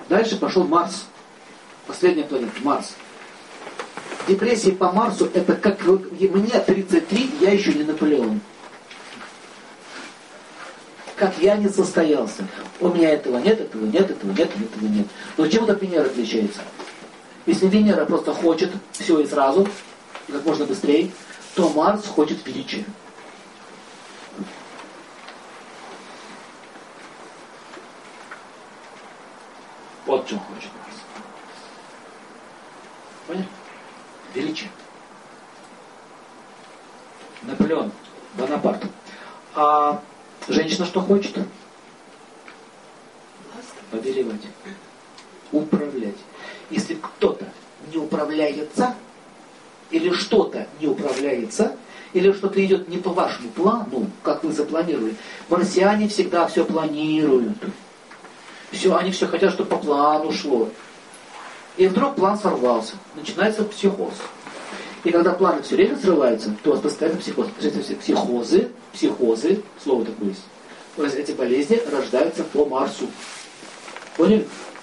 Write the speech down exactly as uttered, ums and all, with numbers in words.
Дальше пошел Марс. Последняя планета, Марс. Депрессии по Марсу, это как мне тридцать три, я еще не Наполеон. Как я не состоялся. У меня этого нет, этого нет, этого нет, этого нет. Но чем это Венера отличается? Если Венера просто хочет все и сразу, как можно быстрее, то Марс хочет величия. Вот что хочет Марс. Поняли? Величие. Наполеон, Бонапарт. А женщина что хочет? Повелевать. Управлять. Если кто-то не управляется, или что-то не управляется, или что-то идет не по вашему плану, как вы запланировали, марсиане всегда все планируют. Все, они все хотят, чтобы по плану шло. И вдруг план сорвался. Начинается психоз. И когда планы все время срываются, то у вас постоянно психоз. Психозы, психозы, слово такое есть. То есть эти болезни рождаются по Марсу. Поняли?